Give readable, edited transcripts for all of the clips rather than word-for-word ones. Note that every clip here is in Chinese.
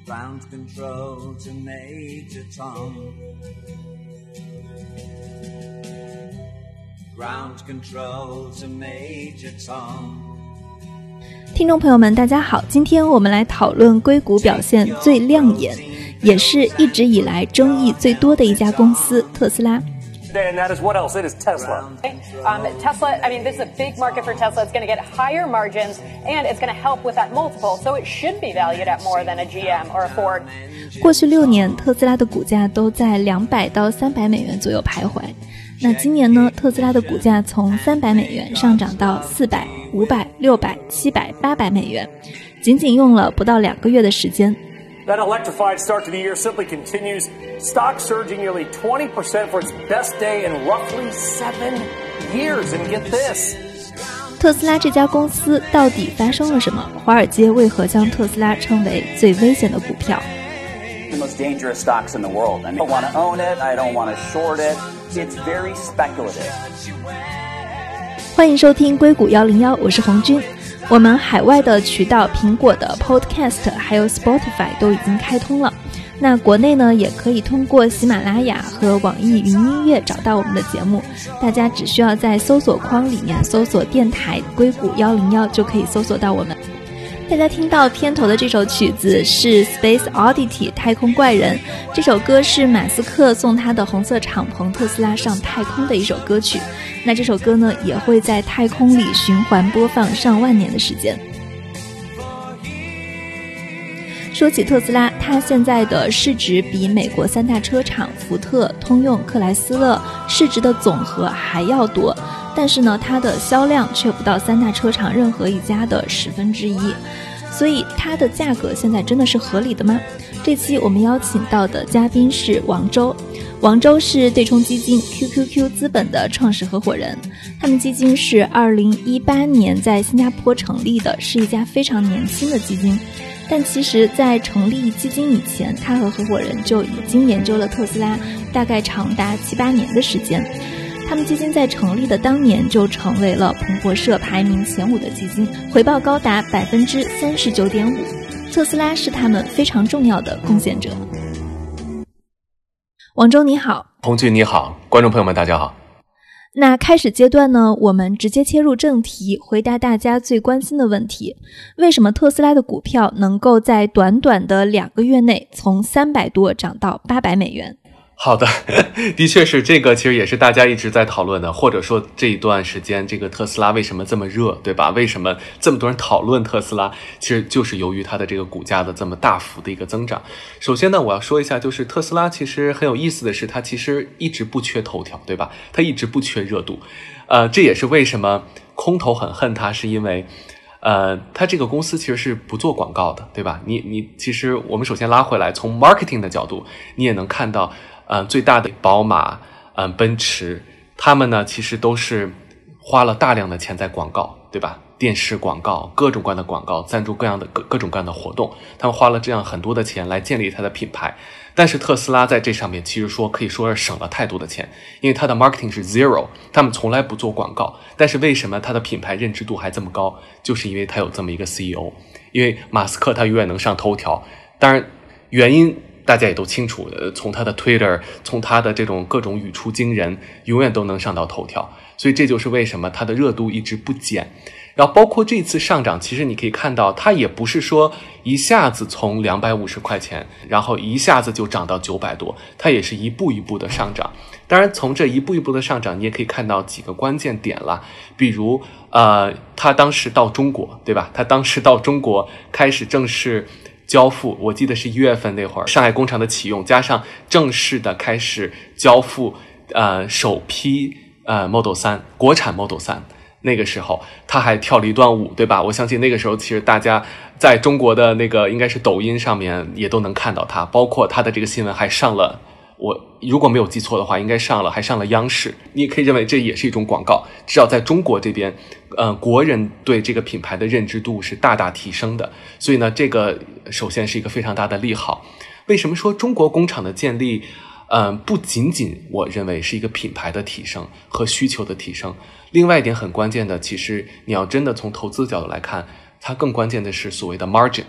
Ground control to Major Tom. Ground control to Major Tom. 听众朋友们大家好，今天我们来讨论硅谷表现最亮眼也是一直以来争议最多的一家公司特斯拉。 And that is what else? It is Tesla. Tesla, I mean, this is a big market for Tesla. It's going to get higher margins, and it's going to help with that multiple. So it should be valued at more than a GM or a Ford. 过去6年，特斯拉的股价都在200到300美元左右徘徊。那今年呢，特斯拉的股价从300美元上涨到400、500、600、700、800美元，仅仅用了不到2个月的时间。 That electrified start to the year simply continues. Stock surging nearly 20% for its best day in roughly 7 years. And get this. 特斯拉这家公司到底发生了什么？华尔街为何将特斯拉称为最危险的股票？ The most dangerous stocks in the world. I don't want to own it. I don't want to short it. It's very speculative. 欢迎收听硅谷101，我是红军。我们海外的渠道苹果的 Podcast 还有 Spotify 都已经开通了，那国内呢也可以通过喜马拉雅和网易云音乐找到我们的节目，大家只需要在搜索框里面搜索电台硅谷101就可以搜索到我们。大家听到片头的这首曲子是 Space Oddity 太空怪人，这首歌是马斯克送他的红色敞篷特斯拉上太空的一首歌曲，那这首歌呢也会在太空里循环播放上万年的时间。说起特斯拉，它现在的市值比美国3大车厂福特、通用、克莱斯勒市值的总和还要多，但是呢，它的销量却不到3大车厂任何一家的1/10，所以它的价格现在真的是合理的吗？这期我们邀请到的嘉宾是王周，王周是对冲基金 QQQ 资本的创始合伙人，他们基金是2018年在新加坡成立的，是一家非常年轻的基金。但其实在成立基金以前，他和合伙人就已经研究了特斯拉，大概长达7-8年的时间。他们基金在成立的当年就成为了彭博社排名前5的基金，回报高达 39.5%。 特斯拉是他们非常重要的贡献者。王周你好。 红军你好，观众朋友们大家好。 那开始阶段呢，我们直接切入正题，回答大家最关心的问题。为什么特斯拉的股票能够在短短的2个月内从300多涨到800美元？ 好的，的确是这个，其实也是大家一直在讨论的，或者说这一段时间这个特斯拉为什么这么热，对吧？为什么这么多人讨论特斯拉，其实就是由于它的这个股价的这么大幅的一个增长。首先呢，我要说一下，就是特斯拉其实很有意思的是，它其实一直不缺头条，对吧？它一直不缺热度。这也是为什么空头很恨它，是因为它这个公司其实是不做广告的，对吧？你其实我们首先拉回来，从 marketing 的角度，你也能看到最大的宝马、奔驰，他们呢其实都是花了大量的钱在广告，对吧？电视广告、各种各样的广告、赞助各种各样的活动，他们花了这样很多的钱来建立它的品牌。但是特斯拉在这上面其实可以说是省了太多的钱，因为它的 marketing 是 zero， 他们从来不做广告。但是为什么它的品牌认知度还这么高？就是因为它有这么一个 CEO， 因为马斯克他永远能上头条。当然原因大家也都清楚，从他的 Twitter， 从他的这种各种语出惊人，永远都能上到头条。所以这就是为什么他的热度一直不减。然后包括这次上涨，其实你可以看到，它也不是说一下子从250块钱，然后一下子就涨到900多，它也是一步一步的上涨。当然从这一步一步的上涨，你也可以看到几个关键点了，比如他当时到中国，对吧？他当时到中国开始正式交付，我记得是1月份那会儿，上海工厂的启用，加上正式的开始交付首批Model 3，国产 Model 3。那个时候他还跳了一段舞，对吧？我相信那个时候其实大家在中国的那个应该是抖音上面也都能看到他，包括他的这个新闻还上了，我如果没有记错的话应该还上了央视。你也可以认为这也是一种广告，至少在中国这边国人对这个品牌的认知度是大大提升的。所以呢，这个首先是一个非常大的利好。为什么说中国工厂的建立不仅仅我认为是一个品牌的提升和需求的提升，另外一点很关键的，其实你要真的从投资角度来看，它更关键的是所谓的 margin。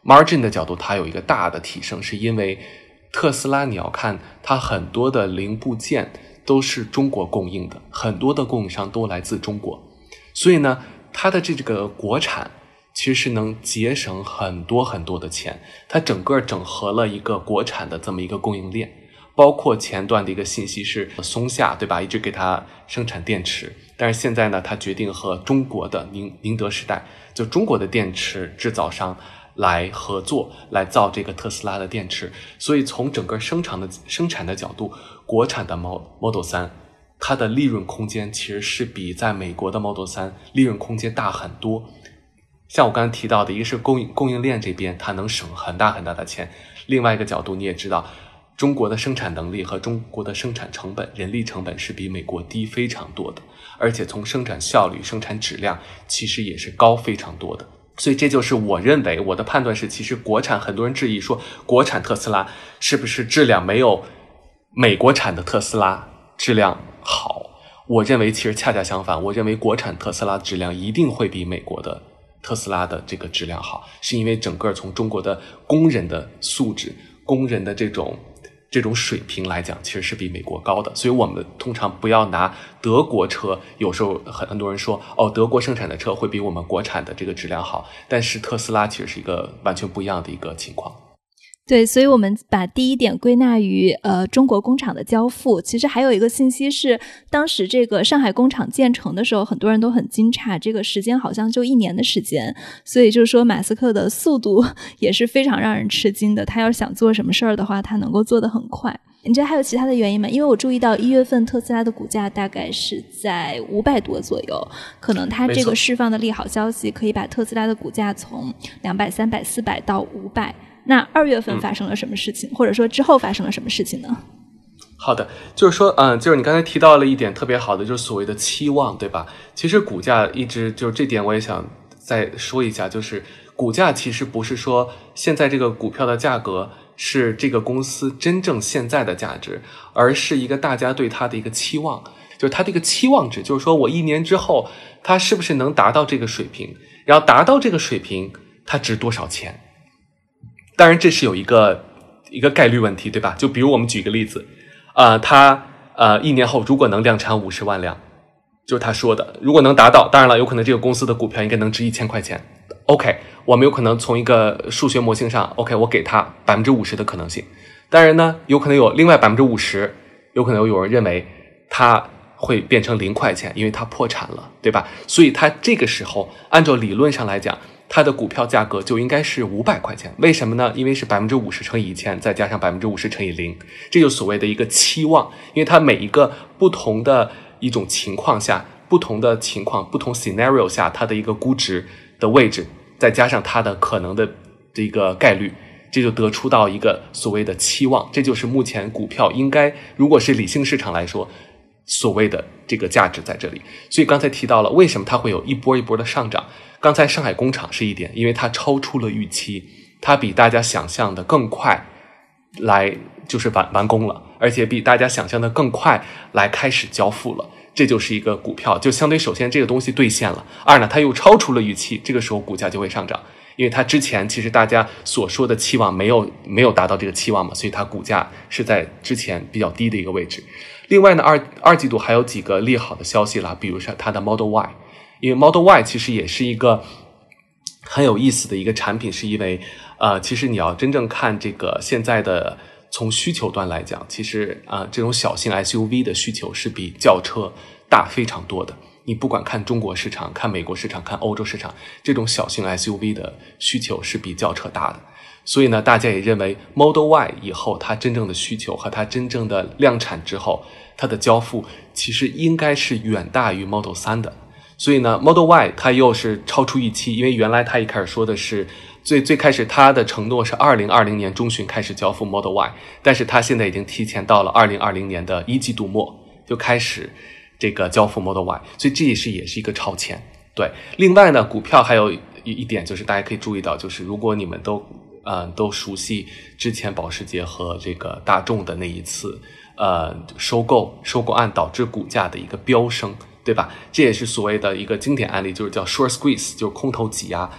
margin 的角度它有一个大的提升，是因为特斯拉你要看它很多的零部件都是中国供应的，很多的供应商都来自中国，所以呢它的这个国产其实是能节省很多很多的钱，它整个整合了一个国产的这么一个供应链，包括前段的一个信息是松下，对吧，一直给它生产电池，但是现在呢它决定和中国的宁德时代，就中国的电池制造商来合作，来造这个特斯拉的电池，所以从整个生产的角度，国产的 Model 3它的利润空间其实是比在美国的 Model 3利润空间大很多。像我刚才提到的，一个是供应链这边它能省很大很大的钱，另外一个角度你也知道，中国的生产能力和中国的生产成本，人力成本是比美国低非常多的，而且从生产效率、生产质量其实也是高非常多的。所以这就是我认为，我的判断是，其实国产很多人质疑说国产特斯拉是不是质量没有美国产的特斯拉质量好，我认为其实恰恰相反，我认为国产特斯拉质量一定会比美国的特斯拉的这个质量好，是因为整个从中国的工人的素质、工人的这种水平来讲，其实是比美国高的。所以我们通常不要拿德国车，有时候很多人说德国生产的车会比我们国产的这个质量好，但是特斯拉其实是一个完全不一样的一个情况。 对，所以我们把第一点归纳于中国工厂的交付。其实还有一个信息是，当时这个上海工厂建成的时候，很多人都很惊诧，这个时间好像就1年的时间，所以就是说马斯克的速度也是非常让人吃惊的，他要想做什么事儿的话，他能够做得很快。你觉得还有其他的原因吗？因为我注意到1月份特斯拉的股价大概是在500多左右，可能它这个释放的利好消息可以把特斯拉的股价从200、300、400到500。那2月份发生了什么事情，或者说之后发生了什么事情呢？ 好的，就是说就是你刚才提到了一点特别好的，就是所谓的期望，对吧？其实股价一直就是这点我也想再说一下，就是股价其实不是说现在这个股票的价格是这个公司真正现在的价值，而是一个大家对它的一个期望，就是它的一个期望值，就是说我1年之后它是不是能达到这个水平，然后达到这个水平它值多少钱。当然这是有一个概率问题，对吧？就比如我们举个例子，他1年后如果能量产50万辆，就是他说的，如果能达到，当然了，有可能这个公司的股票应该能值1000块钱。OK， 我们有可能从一个数学模型上 ，OK， 我给他50%的可能性。当然呢，有可能有另外50%，有可能有人认为他会变成0块钱，因为他破产了，对吧？所以他这个时候按照理论上来讲，它的股票价格就应该是500块钱，为什么呢？因为是50%乘以1000，再加上50%乘以0，这就是所谓的一个期望。因为它每一个不同的一种情况下，不同的情况、不同 scenario 下，它的一个估值的位置，再加上它的可能的这个概率，这就得出到一个所谓的期望。这就是目前股票应该，如果是理性市场来说，所谓的这个价值在这里。所以刚才提到了为什么它会有一波一波的上涨。刚才上海工厂是一点，因为它超出了预期，它比大家想象的更快来就是完工了，而且比大家想象的更快来开始交付了，这就是一个股票就相对首先这个东西兑现了，二呢它又超出了预期，这个时候股价就会上涨，因为它之前其实大家所说的期望没有达到这个期望嘛，所以它股价是在之前比较低的一个位置。另外呢二季度还有几个利好的消息啦，比如说它的 Model Y，因为 Model Y 其实也是一个很有意思的一个产品，是因为其实你要真正看这个现在的从需求端来讲，其实这种小型 SUV 的需求是比轿车大非常多的。你不管看中国市场、看美国市场、看欧洲市场，这种小型 SUV 的需求是比轿车大的。所以呢，大家也认为 Model Y 以后它真正的需求和它真正的量产之后，它的交付其实应该是远大于 Model 3的。所以呢 Model Y 它又是超出预期，因为原来它一开始说的是最开始它的承诺是2020年中旬开始交付 Model Y， 但是它现在已经提前到了2020年的1季度末就开始这个交付 Model Y， 所以这也是一个超前。对，另外呢，股票还有一点就是大家可以注意到，就是如果你们都熟悉之前保时捷和这个大众的那一次收购案导致股价的一个飙升，对吧？这也是所谓的一个经典案例，就是叫 short squeeze， 就是空头挤压。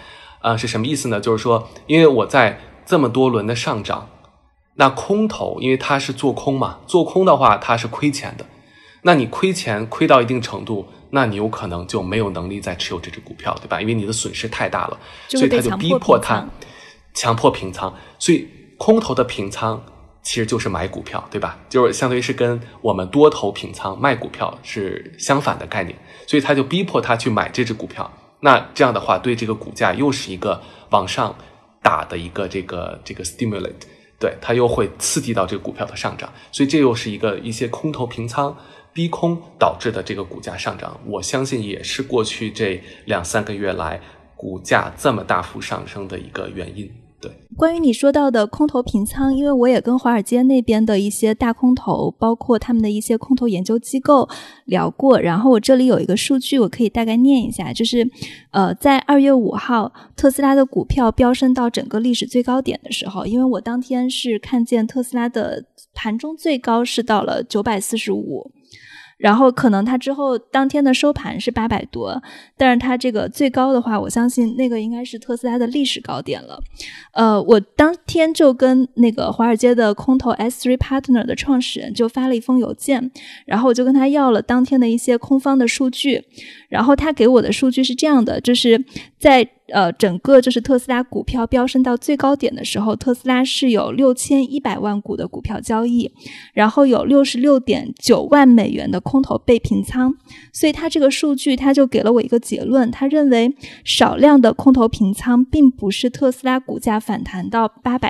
是什么意思呢？就是说，因为我在这么多轮的上涨，那空头因为它是做空嘛，做空的话它是亏钱的，那你亏钱亏到一定程度，那你有可能就没有能力再持有这只股票，对吧？因为你的损失太大了，所以他就逼迫他强迫平仓。所以空头的平仓其实就是买股票，对吧？就是相当于是跟我们多头平仓卖股票是相反的概念，所以他就逼迫他去买这只股票。那这样的话，对这个股价又是一个往上打的一个这个 stimulate， 对，它又会刺激到这个股票的上涨，所以这又是一些空头平仓逼空导致的这个股价上涨。我相信也是过去这2-3个月来股价这么大幅上升的一个原因。对， 关于你说到的空头平仓，因为我也跟华尔街那边的一些大空头，包括他们的一些空头研究机构聊过，然后我这里有一个数据，我可以大概念一下，就是在2月5号特斯拉的股票飙升到整个历史最高点的时候，因为我当天是看见特斯拉的盘中最高是到了945，然后可能它之后当天的收盘是800多，但是它这个最高的话，我相信那个应该是特斯拉的历史高点了。我当天就跟那个华尔街的空头 S3 Partner 的创始人就发了一封邮件，然后我就跟他要了当天的一些空方的数据，然后他给我的数据是这样的，就是在整个就是特斯拉股票飙升到最高点的时候，特斯拉是有6100万股的股票交易，然后有66.9万美元的空头被平仓，所以他这个数据他就给了我一个结论，他认为少量的空头平仓并不是特斯拉股价反弹到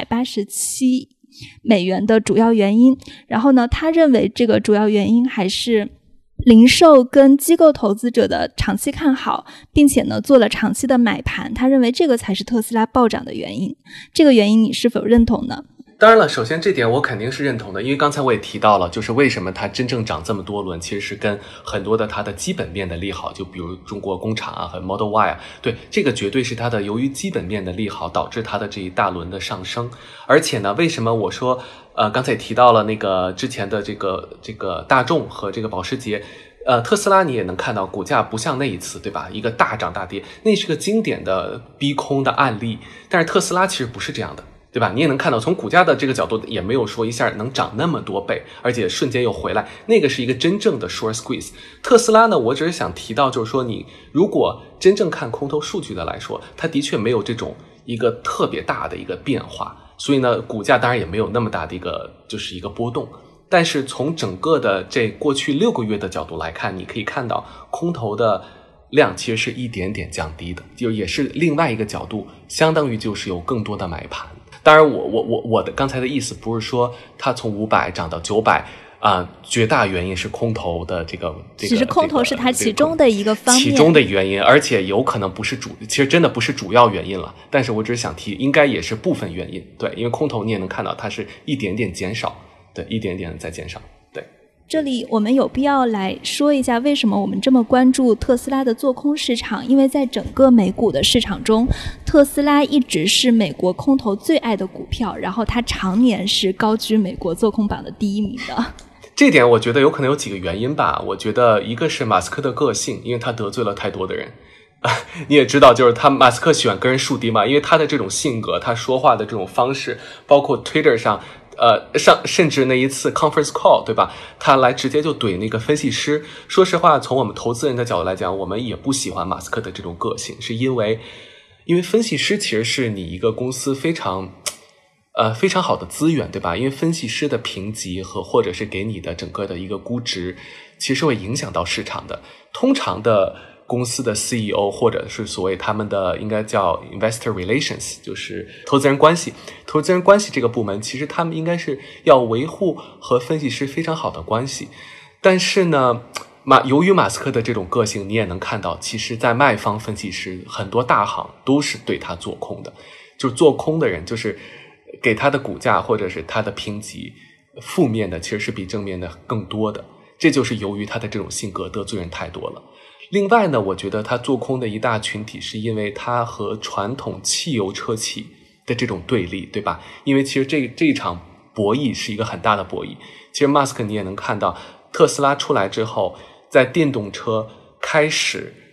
887美元的主要原因，然后呢，他认为这个主要原因还是零售跟机构投资者的长期看好，并且呢做了长期的买盘，他认为这个才是特斯拉暴涨的原因。这个原因你是否认同呢？ 当然了，首先这点我肯定是认同的，因为刚才我也提到了，就是为什么它真正涨这么多轮，其实是跟很多的它的基本面的利好，就比如中国工厂啊和 Model Y 啊，对，这个绝对是它的由于基本面的利好导致它的这一大轮的上升。而且呢，为什么我说刚才也提到了那个之前的这个大众和这个保时捷，特斯拉你也能看到股价不像那一次，对吧？一个大涨大跌，那是个经典的逼空的案例，但是特斯拉其实不是这样的。对吧？你也能看到，从股价的这个角度，也没有说一下能涨那么多倍，而且瞬间又回来，那个是一个真正的 short squeeze。特斯拉呢，我只是想提到，就是说你如果真正看空头数据的来说，它的确没有这种一个特别大的一个变化，所以呢，股价当然也没有那么大的一个就是一个波动。但是从整个的这过去6个月的角度来看，你可以看到空头的量其实是一点点降低的，就也是另外一个角度，相当于就是有更多的买盘。当然我的刚才的意思不是说它从500涨到900绝大原因是空头的这个只是空头是它其中的一个方面， 其中的原因，而且有可能不是其实真的不是主要原因了，但是我只是想提应该也是部分原因。对，因为空头你也能看到它是一点点减少，对，一点点在减少。对， 这里我们有必要来说一下为什么我们这么关注特斯拉的做空市场，因为在整个美股的市场中，特斯拉一直是美国空头最爱的股票，然后它常年是高居美国做空榜的第1名的。 这点我觉得有可能有几个原因吧。我觉得一个是马斯克的个性，因为他得罪了太多的人你也知道，就是马斯克喜欢跟人树敌嘛，因为他的这种性格，他说话的这种方式，包括 Twitter 上甚至那一次 conference call， 对吧？他来直接就怼那个分析师。说实话，从我们投资人的角度来讲，我们也不喜欢马斯克的这种个性，是因为分析师其实是你一个公司非常好的资源，对吧？因为分析师的评级或者是给你的整个的一个估值，其实会影响到市场的。通常的公司的 CEO 或者是所谓他们的应该叫 investor relations， 就是投资人关系这个部门，其实他们应该是要维护和分析师非常好的关系。但是呢，由于马斯克的这种个性，你也能看到，其实在卖方分析师很多大行都是对他做空的，就是做空的人就是给他的股价或者是他的评级负面的其实是比正面的更多的，这就是由于他的这种性格得罪人太多了。另外呢，我觉得他做空的一大群体是因为他和传统汽油车企的这种对立，对吧？因为其实这一场博弈是一个很大的博弈。其实马斯克你也能看到，特斯拉出来之后，在电动车开始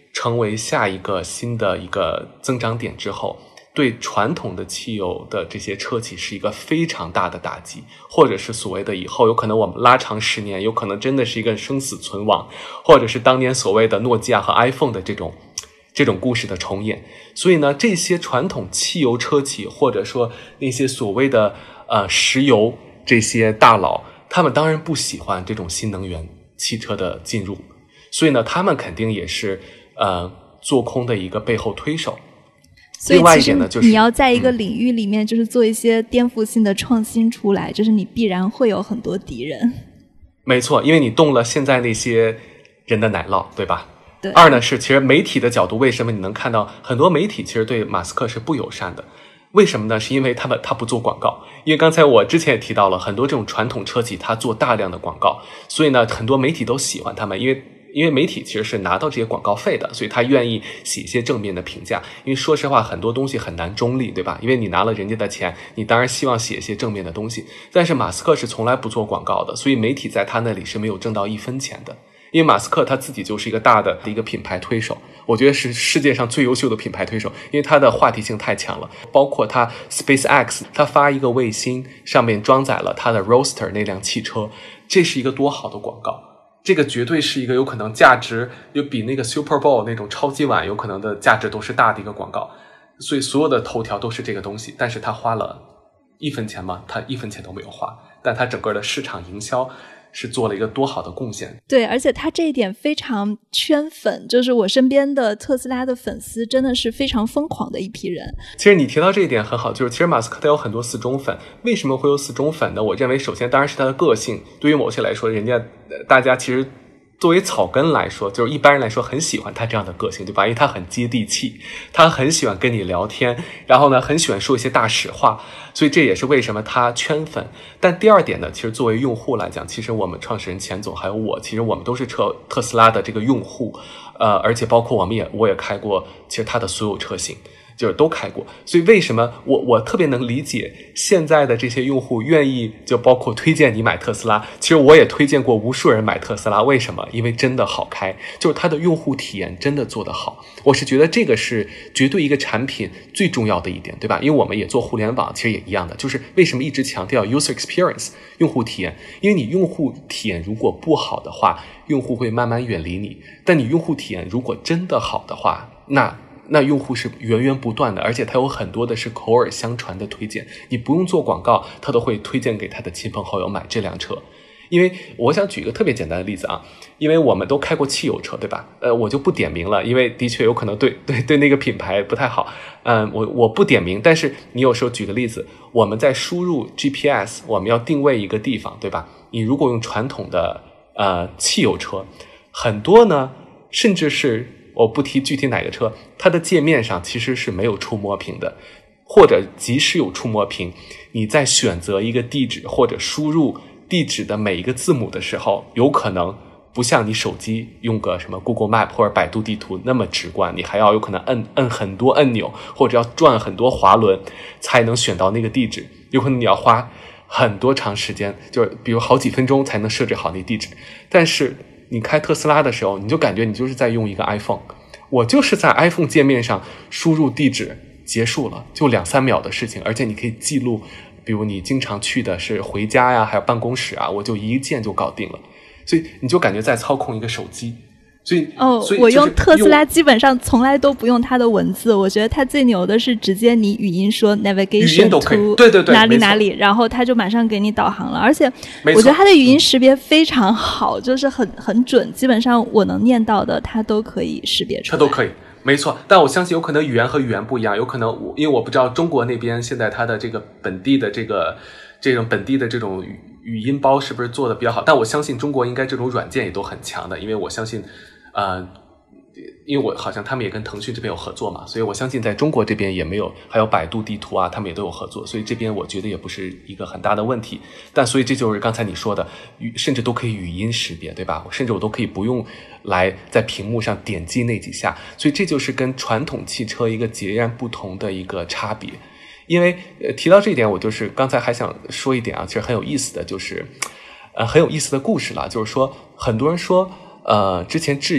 成为下一个新的一个增长点之后，对传统的汽油的这些车企是一个非常大的打击，或者是所谓的以后有可能我们拉长10年，有可能真的是一个生死存亡，或者是当年所谓的诺基亚和 iPhone 的这种故事的重演。所以呢，这些传统汽油车企或者说那些所谓的石油这些大佬，他们当然不喜欢这种新能源汽车的进入，所以呢，他们肯定也是做空的一个背后推手。 所以其实就是你要在一个领域里面就是做一些颠覆性的创新出来，就是你必然会有很多敌人。 没错，因为你动了现在那些人的奶酪，对吧？ 对。 二呢是其实媒体的角度，为什么你能看到很多媒体其实对马斯克是不友善的？为什么呢？是因为他不做广告。因为刚才我之前也提到了很多这种传统车企他做大量的广告，所以呢很多媒体都喜欢他们，因为媒体其实是拿到这些广告费的，所以他愿意写一些正面的评价。因为说实话很多东西很难中立，对吧？因为你拿了人家的钱，你当然希望写一些正面的东西，但是马斯克是从来不做广告的，所以媒体在他那里是没有挣到1分钱的。因为马斯克他自己就是一个大的一个品牌推手，我觉得是世界上最优秀的品牌推手，因为他的话题性太强了。包括他 SpaceX 他发一个卫星，上面装载了他的 Roadster 那辆汽车，这是一个多好的广告。这个绝对是一个有可能价值有比那个 Super Bowl 那种超级碗有可能的价值都是大的一个广告，所以所有的头条都是这个东西。但是他花了1分钱吗？他1分钱都没有花，但他整个的市场营销是做了一个多好的贡献。 对，而且他这一点非常圈粉，就是我身边的特斯拉的粉丝真的是非常疯狂的一批人。 其实你提到这一点很好，就是其实马斯克他有很多死忠粉。为什么会有死忠粉呢？我认为首先当然是他的个性，对于某些来说大家其实作为草根来说，就是一般人来说很喜欢他这样的个性，对吧？因为他很接地气，他很喜欢跟你聊天，然后呢很喜欢说一些大实话，所以这也是为什么他圈粉。但第二点呢，其实作为用户来讲，其实我们创始人钱总还有我，其实我们都是特斯拉的这个用户，而且包括我也开过其实他的所有车型，就是都开过。所以为什么我特别能理解现在的这些用户愿意就包括推荐你买特斯拉。其实我也推荐过无数人买特斯拉，为什么？因为真的好开，就是它的用户体验真的做得好。我是觉得这个是绝对一个产品最重要的一点，对吧？因为我们也做互联网，其实也一样的，就是为什么一直强调 user experience 用户体验？因为你用户体验如果不好的话，用户会慢慢远离你，但你用户体验如果真的好的话，那用户是源源不断的，而且他有很多的是口耳相传的推荐，你不用做广告，他都会推荐给他的亲朋好友买这辆车。因为我想举一个特别简单的例子啊，因为我们都开过汽油车，对吧？我就不点名了，因为的确有可能对那个品牌不太好。我不点名，但是你有时候举个例子，我们在输入 GPS， 我们要定位一个地方，对吧？你如果用传统的汽油车，很多呢，甚至是我不提具体哪个车，它的界面上其实是没有触摸屏的，或者即使有触摸屏，你在选择一个地址或者输入地址的每一个字母的时候，有可能不像你手机用个什么 Google Map 或者百度地图那么直观，你还要有可能摁很多按钮，或者要转很多滑轮才能选到那个地址，有可能你要花很多长时间，就是比如好几分钟才能设置好那地址。但是你开特斯拉的时候，你就感觉你就是在用一个 iPhone， 我就是在 iPhone 界面上输入地址结束了，就2-3秒的事情，而且你可以记录，比如你经常去的是回家呀，还有办公室啊，我就一键就搞定了，所以你就感觉在操控一个手机。所以我用特斯拉基本上从来都不用它的文字，我觉得它最牛的是直接你语音说 navigation to 对哪里哪里，然后它就马上给你导航了，而且我觉得它的语音识别非常好，就是很准，基本上我能念到的它都可以识别出来， 它都可以。没错，但我相信有可能语言和语言不一样，有可能因为我不知道中国那边现在它的这个本地的这种本地的这种语音包是不是做的比较好，但我相信中国应该这种软件也都很强的，因为我相信因为我好像他们也跟腾讯这边有合作嘛，所以我相信在中国这边也没有，还有百度地图啊，他们也都有合作，所以这边我觉得也不是一个很大的问题。但所以这就是刚才你说的，甚至都可以语音识别，对吧？甚至我都可以不用来在屏幕上点击那几下，所以这就是跟传统汽车一个截然不同的一个差别。因为提到这一点，我就是刚才还想说一点啊，其实很有意思的，就是很有意思的故事啦，就是说很多人说之前质疑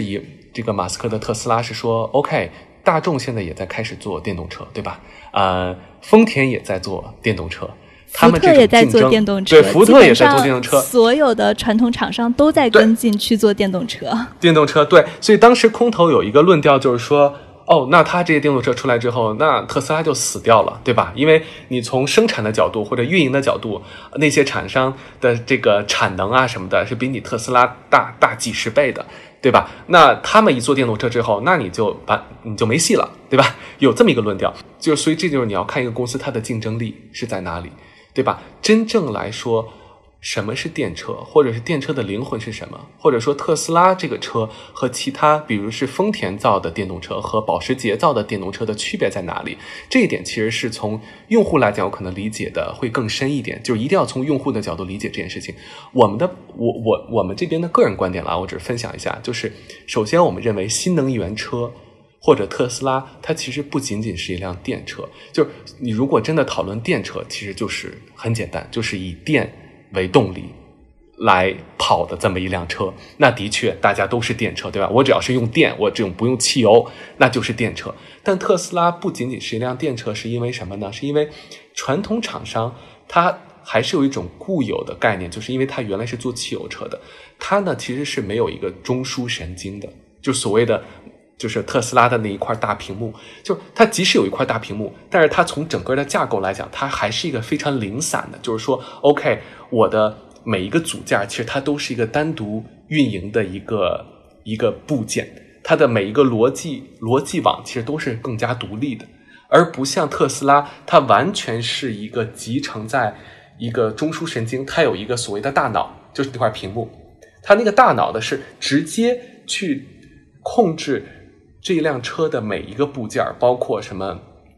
这个马斯克的特斯拉是说 OK， 大众现在也在开始做电动车，对吧？丰田也在做电动车，他们福特也在做电动车， 对，福特也在做电动车， 所有的传统厂商都在跟进去做电动车。 电动车，对，所以当时空头有一个论调就是说，那他这些电动车出来之后，那特斯拉就死掉了，对吧？因为你从生产的角度或者运营的角度，那些厂商的这个产能啊什么的，是比你特斯拉大几十倍的，对吧？那他们一做电动车之后，那你就没戏了，对吧？有这么一个论调，所以这就是你要看一个公司它的竞争力是在哪里，对吧？真正来说，什么是电车，或者是电车的灵魂是什么，或者说特斯拉这个车和其他比如是丰田造的电动车和保时捷造的电动车的区别在哪里，这一点其实是从用户来讲我可能理解的会更深一点，就是一定要从用户的角度理解这件事情。我们这边的个人观点啦，我只是分享一下，就是首先我们认为新能源车或者特斯拉它其实不仅仅是一辆电车，就是你如果真的讨论电车，其实就是很简单，就是以电为动力来跑的这么一辆车，那的确大家都是电车，对吧？我只要是用电，我这种不用汽油，那就是电车。但特斯拉不仅仅是一辆电车，是因为什么呢？是因为传统厂商它还是有一种固有的概念，就是因为它原来是做汽油车的，它呢其实是没有一个中枢神经的，就所谓的就是特斯拉的那一块大屏幕，就它即使有一块大屏幕，但是它从整个的架构来讲，它还是一个非常零散的，就是说 OK， 我的每一个组件其实它都是一个单独运营的一个部件，它的每一个逻辑网其实都是更加独立的，而不像特斯拉，它完全是一个集成在一个中枢神经，它有一个所谓的大脑，就是那块屏幕，它那个大脑的是直接去控制这辆车的每一个部件，包括什么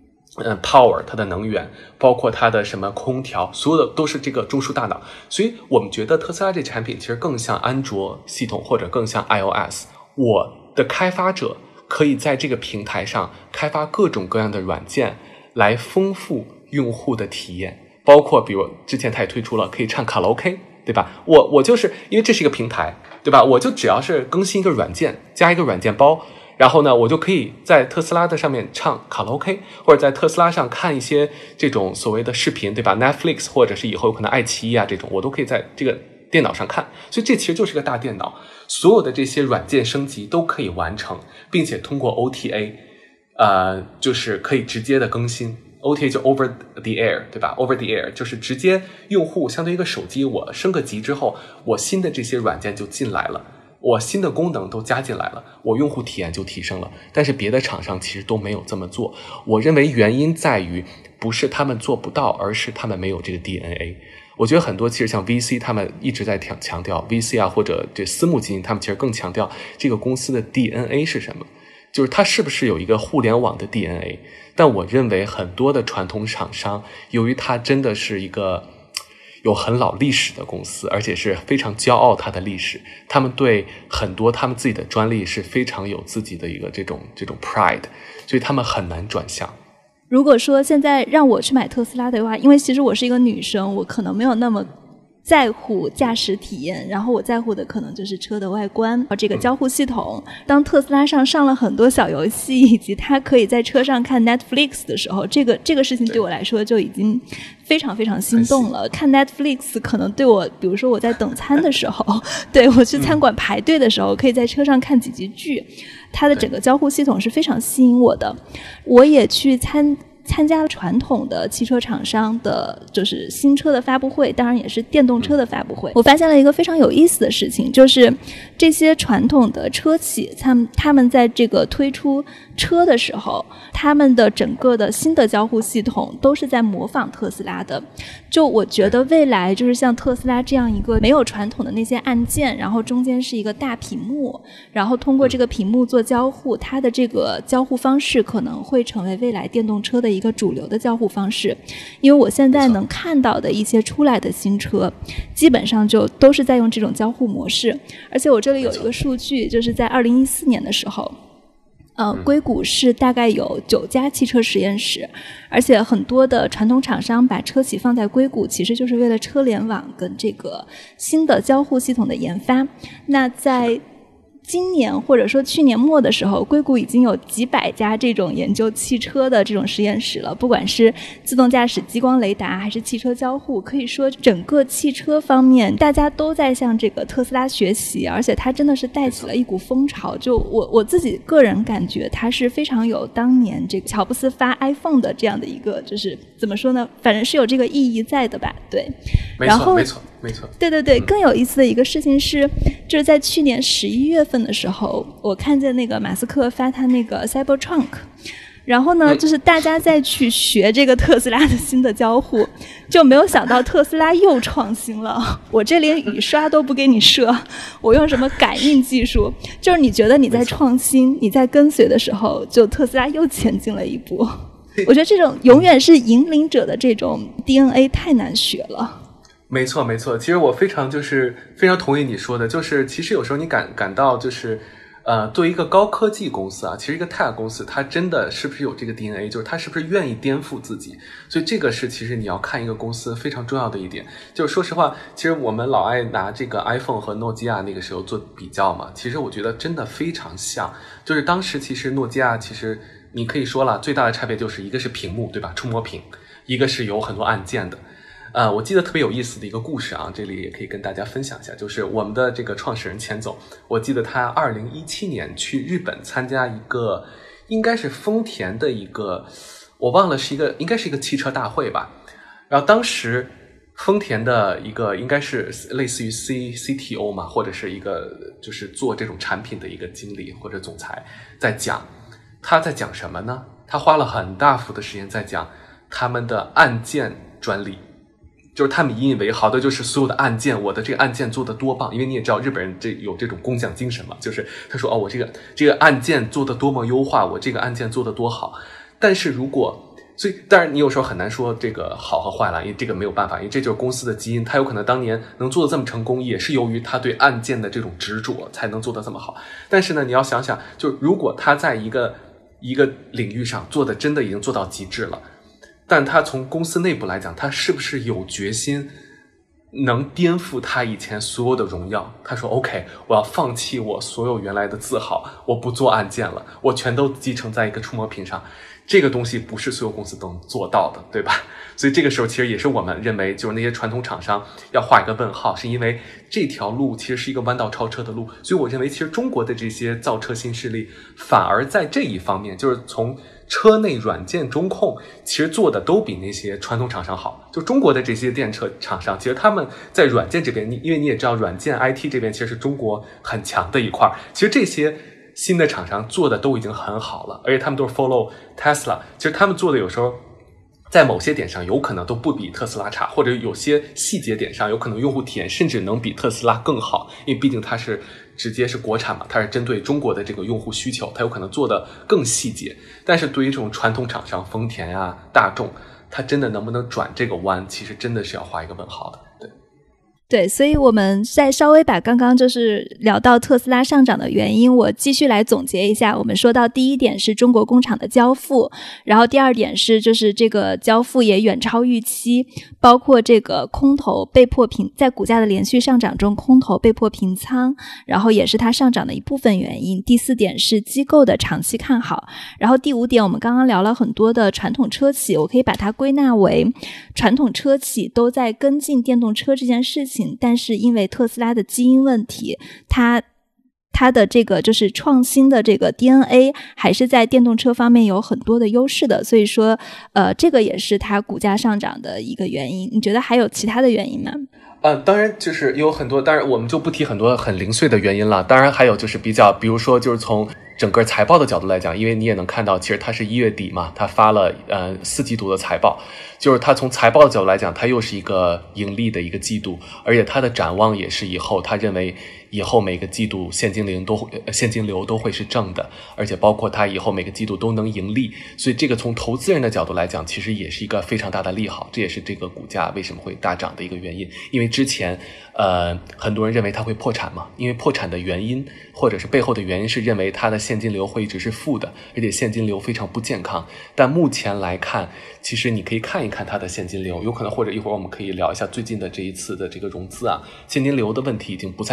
power 它的能源，包括它的什么空调，所有的都是这个中枢大脑。所以我们觉得特斯拉这产品其实更像安卓系统，或者更像 iOS。我的开发者可以在这个平台上开发各种各样的软件来丰富用户的体验，包括比如之前他也推出了可以唱卡拉 OK， 对吧？我就是因为这是一个平台，对吧？我就只要是更新一个软件，加一个软件包，然后呢，我就可以在特斯拉的上面唱卡拉 OK， 或者在特斯拉上看一些这种所谓的视频，对吧？ Netflix 或者是以后有可能爱奇艺啊这种，我都可以在这个电脑上看。所以这其实就是个大电脑，所有的这些软件升级都可以完成，并且通过 OTA， 就是可以直接的更新。OTA 就 over the air， 对吧？ over the air 就是直接用户相对于一个手机，我升个级之后，我新的这些软件就进来了，我新的功能都加进来了，我用户体验就提升了。但是别的厂商其实都没有这么做，我认为原因在于不是他们做不到，而是他们没有这个 DNA。 我觉得很多其实像 VC 他们一直在强调 VC 啊，或者这私募基金他们其实更强调这个公司的 DNA 是什么，就是它是不是有一个互联网的 DNA。 但我认为很多的传统厂商，由于它真的是一个有很老历史的公司，而且是非常骄傲它的历史，他们对很多他们自己的专利是非常有自己的一个这种 pride， 所以他们很难转向。 如果说现在让我去买特斯拉的话，因为其实我是一个女生，我可能没有那么在乎驾驶体验，然后我在乎的可能就是车的外观，这个交互系统。当特斯拉上了很多小游戏，以及它可以在车上看 Netflix 的时候，这个事情对我来说就已经非常非常心动了。看 Netflix 可能对我，比如说我在等餐的时候，对我去餐馆排队的时候，可以在车上看几集剧，它的整个交互系统是非常吸引我的。我也去参加传统的汽车厂商的就是新车的发布会，当然也是电动车的发布会。我发现了一个非常有意思的事情，就是这些传统的车企他们在这个推出车的时候，他们的整个的新的交互系统都是在模仿特斯拉的。就我觉得未来就是像特斯拉这样一个没有传统的那些按键，然后中间是一个大屏幕，然后通过这个屏幕做交互，它的这个交互方式可能会成为未来电动车的一个主流的交互方式。因为我现在能看到的一些出来的新车基本上就都是在用这种交互模式。而且我这里有一个数据，就是在2014年的时候，硅谷市大概有9家汽车实验室，而且很多的传统厂商把车企放在硅谷，其实就是为了车联网跟这个新的交互系统的研发。那在今年或者说去年末的时候，硅谷已经有几百家这种研究汽车的这种实验室了，不管是自动驾驶、激光雷达还是汽车交互，可以说整个汽车方面大家都在向这个特斯拉学习，而且它真的是带起了一股风潮。就我自己个人感觉它是非常有当年这个乔布斯发 iPhone 的这样的一个，就是怎么说呢，反正是有这个意义在的吧。对，然后没错， 对对对，更有意思的一个事情是，就是在去年11月份的时候，我看见那个马斯克发他那个 Cybertruck， 然后呢，就是大家再去学这个特斯拉的新的交互，就没有想到特斯拉又创新了。我这连雨刷都不给你设，我用什么感应技术？就是你觉得你在创新，你在跟随的时候，就特斯拉又前进了一步。我觉得这种永远是引领者的这种 DNA 太难学了。 没错，其实我非常同意你说的，就是其实有时候你感到就是作为一个高科技公司啊，其实一个 tech 公司，它真的是不是有这个 DNA， 就是它是不是愿意颠覆自己，所以这个是其实你要看一个公司非常重要的一点。就是说实话，其实我们老爱拿这个 iPhone 和诺基亚那个时候做比较嘛，其实我觉得真的非常像。就是当时其实诺基亚其实你可以说了，最大的差别就是一个是屏幕，对吧，触摸屏，一个是有很多按键的。我记得特别有意思的一个故事啊，这里也可以跟大家分享一下，就是我们的这个创始人钱总，我记得他2017年去日本参加一个应该是丰田的一个，我忘了应该是一个汽车大会吧，然后当时丰田的一个应该是类似于 CTO 嘛，或者是一个就是做这种产品的一个经理或者总裁他在讲什么呢？他花了很大幅的时间在讲他们的按键专利。就是他们引以为豪的就是所有的按键，我的这个按键做得多棒，因为你也知道日本人有这种工匠精神嘛，就是他说我这个按键做得多么优化，我这个按键做得多好。但是所以当然你有时候很难说这个好和坏了，因为这个没有办法，因为这就是公司的基因，他有可能当年能做得这么成功，也是由于他对按键的这种执着才能做得这么好。但是呢，你要想想，就如果他在一个领域上做的真的已经做到极致了，但他从公司内部来讲，他是不是有决心能颠覆他以前所有的荣耀？他说 OK， 我要放弃我所有原来的自豪，我不做按键了，我全都集成在一个触摸屏上。这个东西不是所有公司都能做到的，对吧？所以这个时候其实也是我们认为就是那些传统厂商要画一个问号，是因为这条路其实是一个弯道超车的路。所以我认为其实中国的这些造车新势力反而在这一方面，就是从车内软件中控其实做的都比那些传统厂商好。就中国的这些电车厂商，其实他们在软件这边，因为你也知道软件 IT 这边其实是中国很强的一块，其实这些新的厂商做的都已经很好了，而且他们都是 follow Tesla， 其实他们做的有时候在某些点上有可能都不比特斯拉差，或者有些细节点上有可能用户体验甚至能比特斯拉更好，因为毕竟它是直接是国产嘛，它是针对中国的这个用户需求，它有可能做的更细节。但是对于这种传统厂商丰田啊、大众，它真的能不能转这个弯，其实真的是要画一个问号的。 对，所以我们再稍微把刚刚就是聊到特斯拉上涨的原因，我继续来总结一下。我们说到第一点是中国工厂的交付，然后第二点是就是这个交付也远超预期，包括这个空头被迫在股价的连续上涨中，空头被迫平仓，然后也是它上涨的一部分原因。第四点是机构的长期看好，然后第五点我们刚刚聊了很多的传统车企，我可以把它归纳为传统车企都在跟进电动车这件事情，但是因为特斯拉的基因问题，它的这个就是创新的这个 DNA 还是在电动车方面有很多的优势的，所以说这个也是它股价上涨的一个原因。你觉得还有其他的原因吗？ 当然就是有很多，当然我们就不提很多很零碎的原因了。当然还有就是比如说就是从整个财报的角度来讲，因为你也能看到，其实它是1月底嘛，它发了4季度的财报，就是它从财报的角度来讲，它又是一个盈利的一个季度，而且它的展望也是他认为以后每个季度现金流都会是正的，而且包括它以后每个季度都能盈利，所以这个从投资人的角度来讲，其实也是一个非常大的利好，这也是这个股价为什么会大涨的一个原因。因为之前很多人认为它会破产嘛，因为破产的原因或者是背后的原因是认为它的现金流会一直是负的，而且现金流非常不健康。但目前来看，其实你可以看一看它的现金流，有可能或者一会儿我们可以聊一下最近的这一次的这个融资啊，现金流的问题已经不再是问题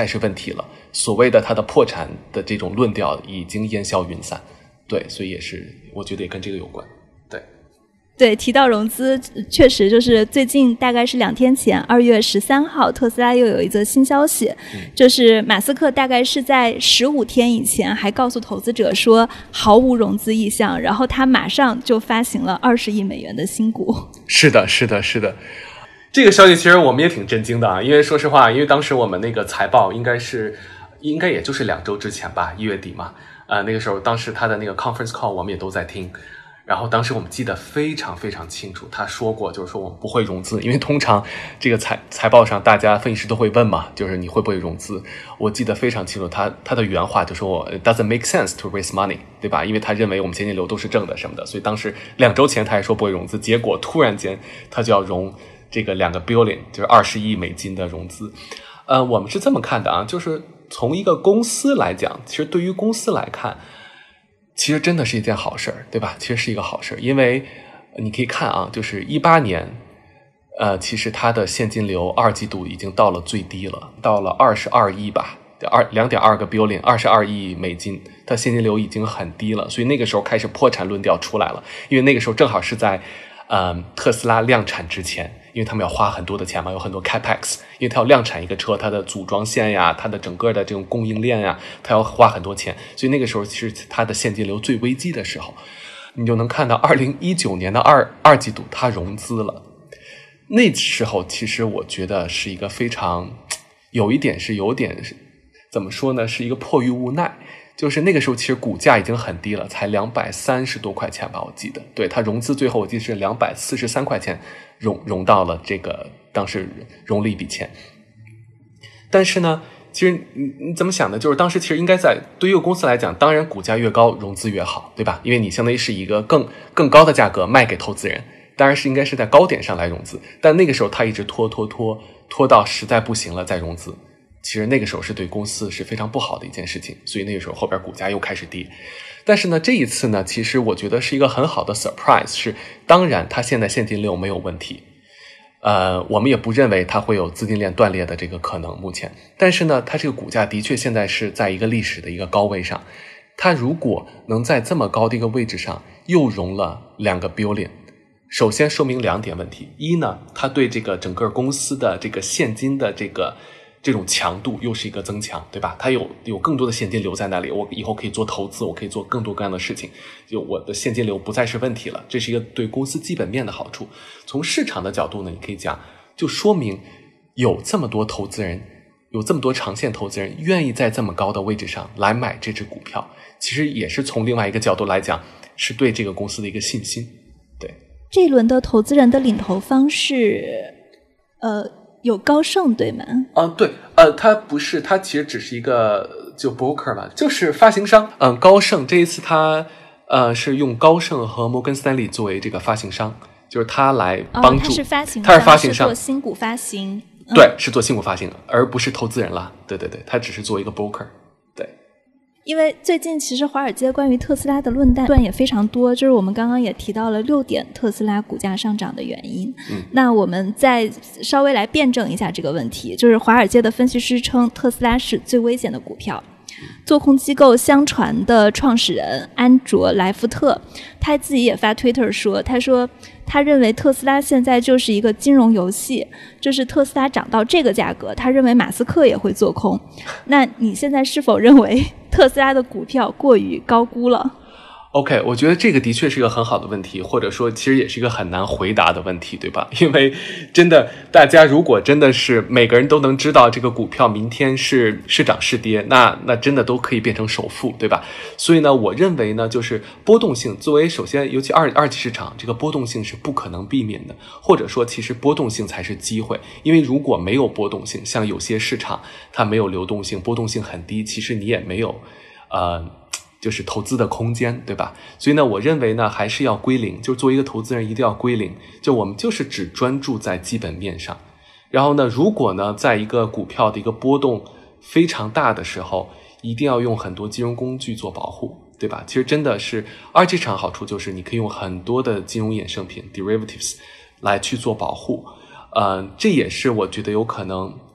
题了，所谓的它的破产的这种论调已经烟消云散。对，所以也是我觉得也跟这个有关。 对，提到融资，确实就是最近大概是2天前，2月13号，特斯拉又有一则新消息，就是马斯克大概是在15天以前还告诉投资者说毫无融资意向，然后他马上就发行了20亿美元的新股。是的。 这个消息其实我们也挺震惊的啊，因为说实话，因为当时我们那个财报应该也就是2周之前吧，1月底嘛，那个时候当时他的那个 conference call 我们也都在听。然后当时我们记得非常非常清楚，他说过就是说我们不会融资，因为通常这个财报上大家分析师都会问嘛，就是你会不会融资。我记得非常清楚，他的原话就说 It doesn't make sense to raise money， 对吧？因为他认为我们现金流都是正的什么的，所以当时2周前他还说不会融资，结果突然间他就要融这个2个 billion， 就是20亿美金的融资。我们是这么看的啊，就是从一个公司来讲，其实对于公司来看，其实真的是一件好事儿，对吧？其实是一个好事儿，因为你可以看啊，就是18年，其实它的现金流2季度已经到了最低了，到了22亿吧，2.2个 billion， 22亿美金，它现金流已经很低了，所以那个时候开始破产论调出来了，因为那个时候正好是在特斯拉量产之前，因为他们要花很多的钱嘛，有很多 capex， 因为他要量产一个车，它的组装线呀，它的整个的这种供应链呀，它要花很多钱，所以那个时候其实它的现金流最危机的时候，你就能看到2019年的二季度它融资了。那时候其实我觉得是一个非常有点怎么说呢，是一个迫于无奈。就是那个时候其实股价已经很低了，才230多块钱吧，我记得。对，它融资最后我记得是243块钱融到了这个，当时融了一笔钱。但是呢，其实你怎么想的，就是当时其实应该对于一个公司来讲，当然股价越高融资越好，对吧？因为你相当于是一个更高的价格卖给投资人，当然是应该是在高点上来融资。但那个时候它一直拖到实在不行了再融资。其实那个时候是对公司是非常不好的一件事情，所以那个时候后边股价又开始跌。但是呢，这一次呢，其实我觉得是一个很好的 surprise， 是当然它现在现金流没有问题，我们也不认为它会有资金链断裂的这个可能目前。但是呢，它这个股价的确现在是在一个历史的一个高位上，它如果能在这么高的一个位置上又融了2个 billion， 首先说明2点问题：一呢，它对这个整个公司的这个现金的这种强度又是一个增强，对吧？它有更多的现金流在那里，我以后可以做投资，我可以做更多各样的事情，就我的现金流不再是问题了，这是一个对公司基本面的好处。从市场的角度呢，你可以讲，就说明有这么多投资人，有这么多长线投资人愿意在这么高的位置上来买这只股票，其实也是从另外一个角度来讲，是对这个公司的一个信心。对， 这一轮的投资人的领投方是有高盛对吗？ 对，它不是，它其实只是一个就 broker 吧，就是发行商。高盛这一次它是用高盛和摩根斯坦利作为这个发行商，就是它来帮助。它是发行商， 是做新股发行。 对，是做新股发行，而不是投资人了。对，它只是做一个 broker。对。 因为最近其实华尔街关于特斯拉的论断也非常多，就是我们刚刚也提到了6点特斯拉股价上涨的原因。那我们再稍微来辩证一下这个问题，就是华尔街的分析师称特斯拉是最危险的股票。做空机构相传的创始人安卓莱夫特，他自己也发 Twitter 说，他认为特斯拉现在就是一个金融游戏，就是特斯拉涨到这个价格，他认为马斯克也会做空。那你现在是否认为特斯拉的股票过于高估了 ？OK， 我觉得这个的确是一个很好的问题，或者说其实也是一个很难回答的问题，对吧？因为真的大家如果真的是每个人都能知道这个股票明天是涨是跌，那真的都可以变成首富，对吧？所以呢，我认为呢，就是波动性作为首先尤其二级市场，这个波动性是不可能避免的，或者说其实波动性才是机会，因为如果没有波动性，像有些市场它没有流动性，波动性很低，其实你也没有就是投资的空间，对吧？所以呢，我认为呢，还是要归零，就作为一个投资人一定要归零，就我们就是只专注在基本面上。然后呢，如果呢，在一个股票的一个波动非常大的时候，一定要用很多金融工具做保护，对吧？其实真的是二级市场好处就是你可以用很多的金融衍生品 derivatives 来去做保护。这也是我觉得有可能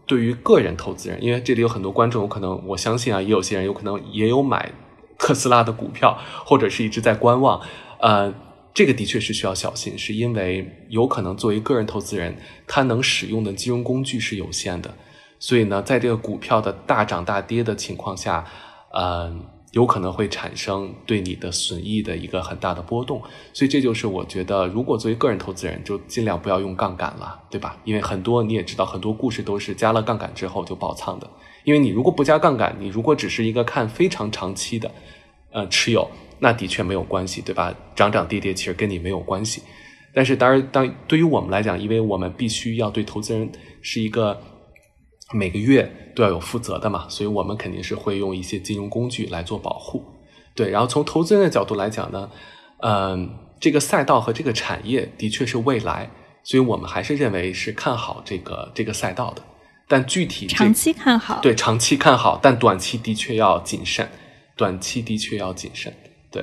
对于个人投资人，因为这里有很多观众，有可能我相信啊，也有些人有可能也有买特斯拉的股票，或者是一直在观望，这个的确是需要小心，是因为有可能作为个人投资人，他能使用的金融工具是有限的，所以呢，在这个股票的大涨大跌的情况下，有可能会产生对你的损益的一个很大的波动，所以这就是我觉得，如果作为个人投资人，就尽量不要用杠杆了，对吧？因为很多你也知道，很多故事都是加了杠杆之后就爆仓的。因为你如果不加杠杆，你如果只是一个看非常长期的持有，那的确没有关系，对吧？涨涨跌跌其实跟你没有关系。但是当然对于我们来讲，因为我们必须要对投资人是一个每个月都要有负责的嘛，所以我们肯定是会用一些金融工具来做保护。对，然后从投资人的角度来讲呢，这个赛道和这个产业的确是未来，所以我们还是认为是看好这个赛道的。但具体长期看好， 对，长期看好，但短期的确要谨慎，对。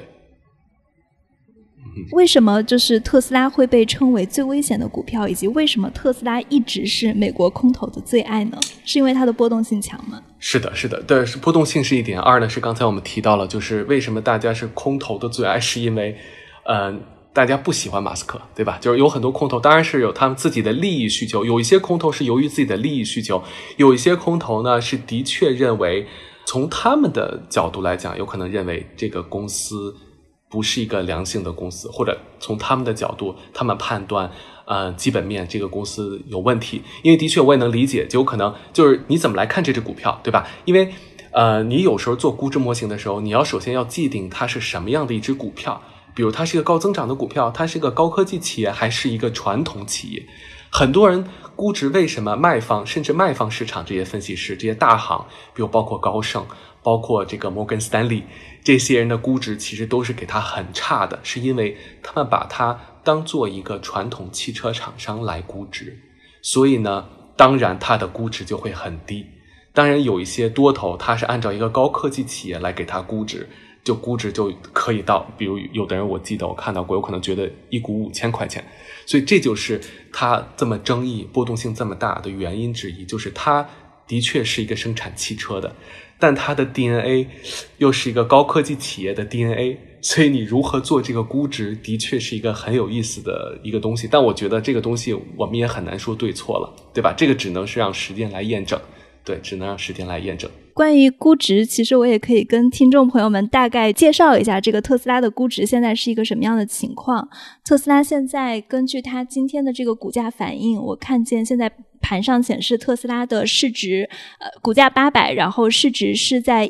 为什么就是特斯拉会被称为最危险的股票，以及为什么特斯拉一直是美国空头的最爱呢？是因为它的波动性强吗？ 是的，对，是波动性是一点。二呢是刚才我们提到了，就是为什么大家是空头的最爱，是因为大家不喜欢马斯克，对吧？就是有很多空头当然是有他们自己的利益需求，有一些空头是由于自己的利益需求，有一些空头呢是的确认为从他们的角度来讲，有可能认为这个公司不是一个良性的公司，或者从他们的角度，他们判断基本面这个公司有问题。因为的确我也能理解，就有可能就是你怎么来看这只股票，对吧？因为你有时候做估值模型的时候，你要首先要界定它是什么样的一只股票，比如它是一个高增长的股票，它是一个高科技企业，还是一个传统企业。很多人估值为什么卖方甚至卖方市场这些分析师这些大行，比如包括高盛，包括这个摩根斯丹利，这些人的估值其实都是给他很差的，是因为他们把它当做一个传统汽车厂商来估值，所以呢当然它的估值就会很低。当然有一些多头他是按照一个高科技企业来给它估值，就估值就可以到，比如有的人我记得我看到过，有可能觉得一股5000块钱，所以这就是它这么争议波动性这么大的原因之一，就是它的确是一个生产汽车的，但它的 DNA 又是一个高科技企业的 DNA， 所以你如何做这个估值的确是一个很有意思的一个东西。但我觉得这个东西我们也很难说对错了，对吧？这个只能是让时间来验证，对，只能让时间来验证。 关于估值，其实我也可以跟听众朋友们大概介绍一下这个特斯拉的估值现在是一个什么样的情况。特斯拉现在根据它今天的这个股价反应，我看见现在盘上显示特斯拉的市值股价800，然后市值是在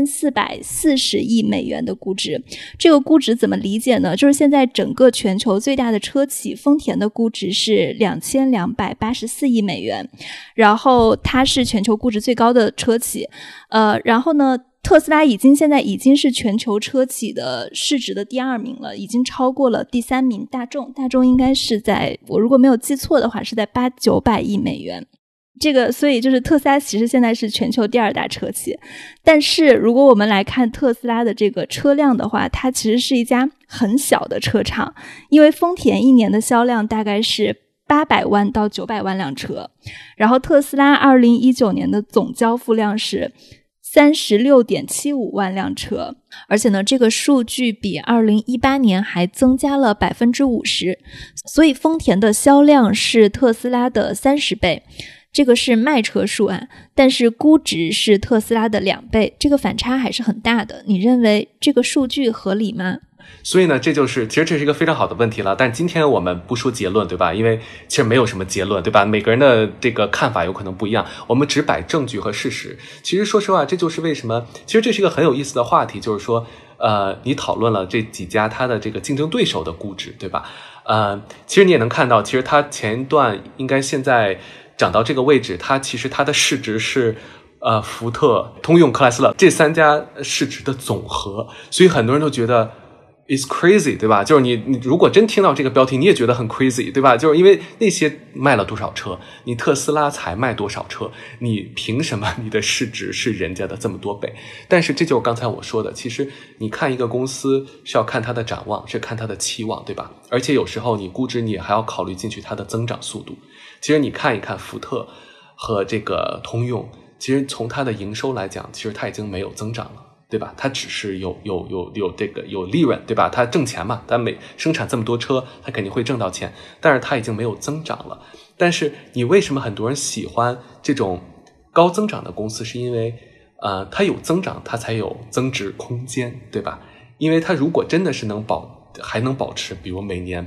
1440亿美元的估值。这个估值怎么理解呢？就是现在整个全球最大的车企丰田的估值是2284亿美元，然后它是全球估值最高的车企。然后呢，特斯拉现在已经是全球车企的市值的第2名了，已经超过了第3名大众。大众应该是在，我如果没有记错的话，是在800-900亿美元。这个所以就是特斯拉其实现在是全球第2大车企。但是如果我们来看特斯拉的这个车辆的话，它其实是一家很小的车厂，因为丰田一年的销量大概是800万到900万辆车，然后特斯拉2019年的总交付量是36.75万辆车，而且呢，这个数据比2018年还增加了 50%， 所以丰田的销量是特斯拉的30倍，这个是卖车数啊，但是估值是特斯拉的2倍，这个反差还是很大的。你认为这个数据合理吗？ 所以呢，其实这是一个非常好的问题了，但今天我们不说结论，对吧？因为其实没有什么结论，对吧？每个人的这个看法有可能不一样，我们只摆证据和事实。其实说实话，这就是为什么，其实这是一个很有意思的话题，就是说，你讨论了这几家它的这个竞争对手的估值，对吧？其实你也能看到，其实它前一段应该现在涨到这个位置，它其实它的市值是福特、通用、克莱斯勒这3家市值的总和，所以很多人都觉得It's crazy， 对吧？就是你如果真听到这个标题，你也觉得很 crazy， 对吧？就是因为那些卖了多少车，你特斯拉才卖多少车，你凭什么你的市值是人家的这么多倍？但是这就是刚才我说的，其实你看一个公司是要看它的展望，是看它的期望，对吧？而且有时候你估值你还要考虑进去它的增长速度。其实你看一看福特， 和这个通用，其实从它的营收来讲，其实它已经没有增长了，对吧？它只是有这个有利润，对吧？它挣钱嘛，它每生产这么多车，它肯定会挣到钱，但是它已经没有增长了。但是你为什么很多人喜欢这种高增长的公司？是因为它有增长，它才有增值空间，对吧？因为它如果真的是还能保持，比如每年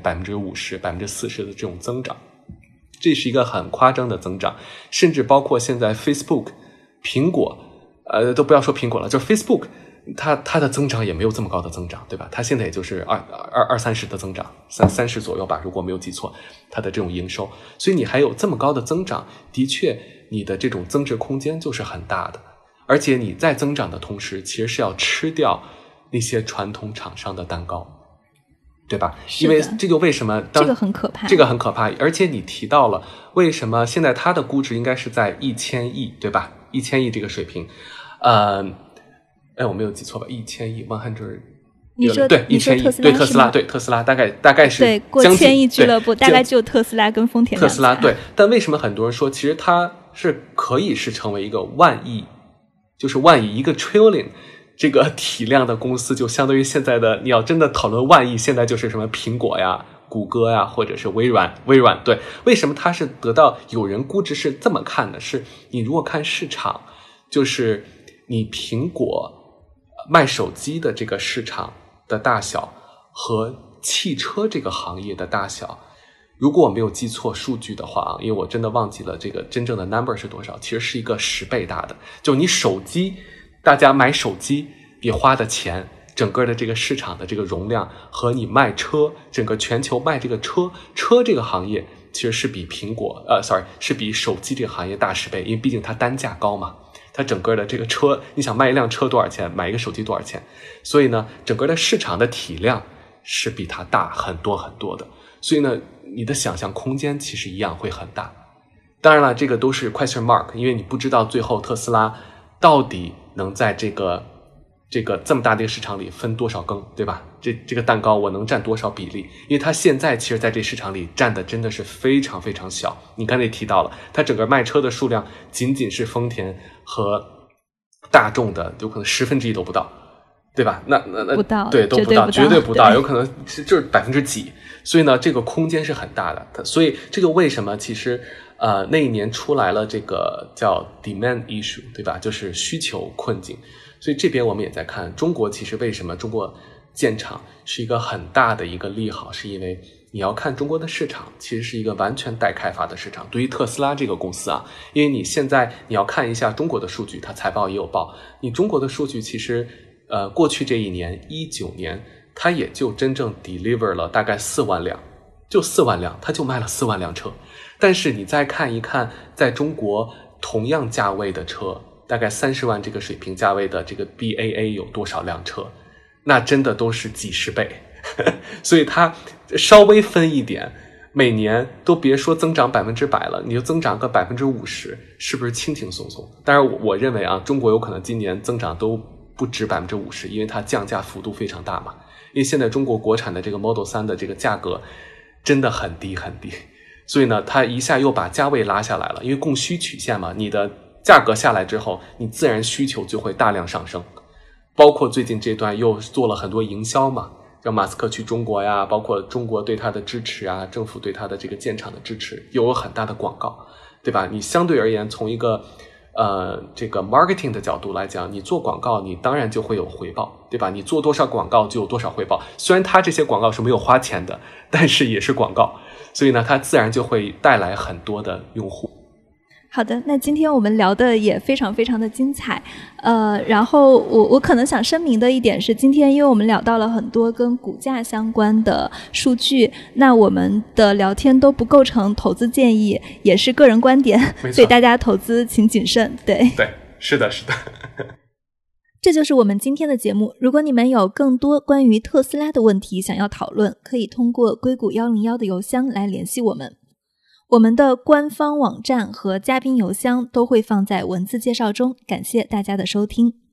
50%、40%的这种增长，这是一个很夸张的增长，甚至包括现在 Facebook、苹果，都不要说苹果了，就是 Facebook， 它的增长也没有这么高的增长，对吧？它现在也就是20-30%的增长，30%左右吧，如果没有记错，它的这种营收。所以你还有这么高的增长，的确你的这种增值空间就是很大的，而且你在增长的同时，其实是要吃掉那些传统厂商的蛋糕，对吧？因为这就为什么这个很可怕， 这个很可怕。而且你提到了为什么现在它的估值应该是在1000亿，对吧？1000亿这个水平，我没有记错吧？1000亿，100。 你说对1000亿，对特斯拉，对特斯拉，大概是对过1000亿俱乐部，大概就特斯拉跟丰田两家。 特斯拉对，但为什么很多人说其实它是可以是成为一个万亿，就是万亿一个 trillion 这个体量的公司，就相当于现在的你要真的讨论万亿，现在就是什么苹果呀、谷歌呀，或者是微软。对，为什么它是得到有人估值是这么看的？是你如果看市场，就是你苹果卖手机的这个市场的大小和汽车这个行业的大小，如果我没有记错数据的话，因为我真的忘记了这个真正的 number 是多少，其实是一个10倍大的。就你手机，大家买手机你花的钱，整个的这个市场的这个容量和你卖车，整个全球卖这个车这个行业其实是比是比手机这个行业大10倍，因为毕竟它单价高嘛。它整个的这个车，你想卖一辆车多少钱，买一个手机多少钱，所以呢整个的市场的体量是比它大很多很多的，所以呢你的想象空间其实一样会很大。当然了，这个都是 question mark， 因为你不知道最后特斯拉到底能在这个这么大的一个市场里分多少羹，对吧？这个蛋糕我能占多少比例？因为它现在其实在这市场里占的真的是非常非常小。你刚才也提到了，它整个卖车的数量仅仅是丰田和大众的有可能1/10都不到，对吧？那不到， 对，都不到，绝对不到， 对， 有可能就是几%。所以呢，这个空间是很大的。所以这就为什么其实那一年出来了这个叫 demand issue， 对吧？就是需求困境。所以这边我们也在看中国，其实为什么中国建厂是一个很大的一个利好，是因为你要看中国的市场其实是一个完全待开发的市场。对于特斯拉这个公司啊，因为你现在你要看一下中国的数据，它财报也有报，你中国的数据其实过去这一年19年它也就真正 deliver 了大概4万辆，就4万辆，它就卖了4万辆车。但是你再看一看在中国同样价位的车，大概30万这个水平价位的这个 BAA 有多少辆车，那真的都是几十倍所以它稍微分一点，每年都别说增长100%了，你就增长个50%，是不是轻轻松松？当然我认为啊，中国有可能今年增长都不止50%，因为它降价幅度非常大嘛。因为现在中国国产的这个 Model 3的这个价格真的很低很低，所以呢它一下又把价位拉下来了，因为供需曲线嘛，你的价格下来之后，你自然需求就会大量上升。包括最近这段又做了很多营销嘛，让马斯克去中国呀，包括中国对他的支持啊，政府对他的这个建厂的支持，又有很大的广告，对吧？你相对而言从一个这个 marketing 的角度来讲，你做广告你当然就会有回报，对吧？你做多少广告就有多少回报，虽然他这些广告是没有花钱的，但是也是广告，所以呢它自然就会带来很多的用户。 好的，那今天我们聊的也非常非常的精彩，然后我可能想声明的一点是，今天因为我们聊到了很多跟股价相关的数据，那我们的聊天都不构成投资建议，也是个人观点，所以大家投资请谨慎。对， 是的这就是我们今天的节目。如果你们有更多关于特斯拉的问题想要讨论，可以通过硅谷101的邮箱来联系我们。我们的官方网站和嘉宾邮箱都会放在文字介绍中，感谢大家的收听。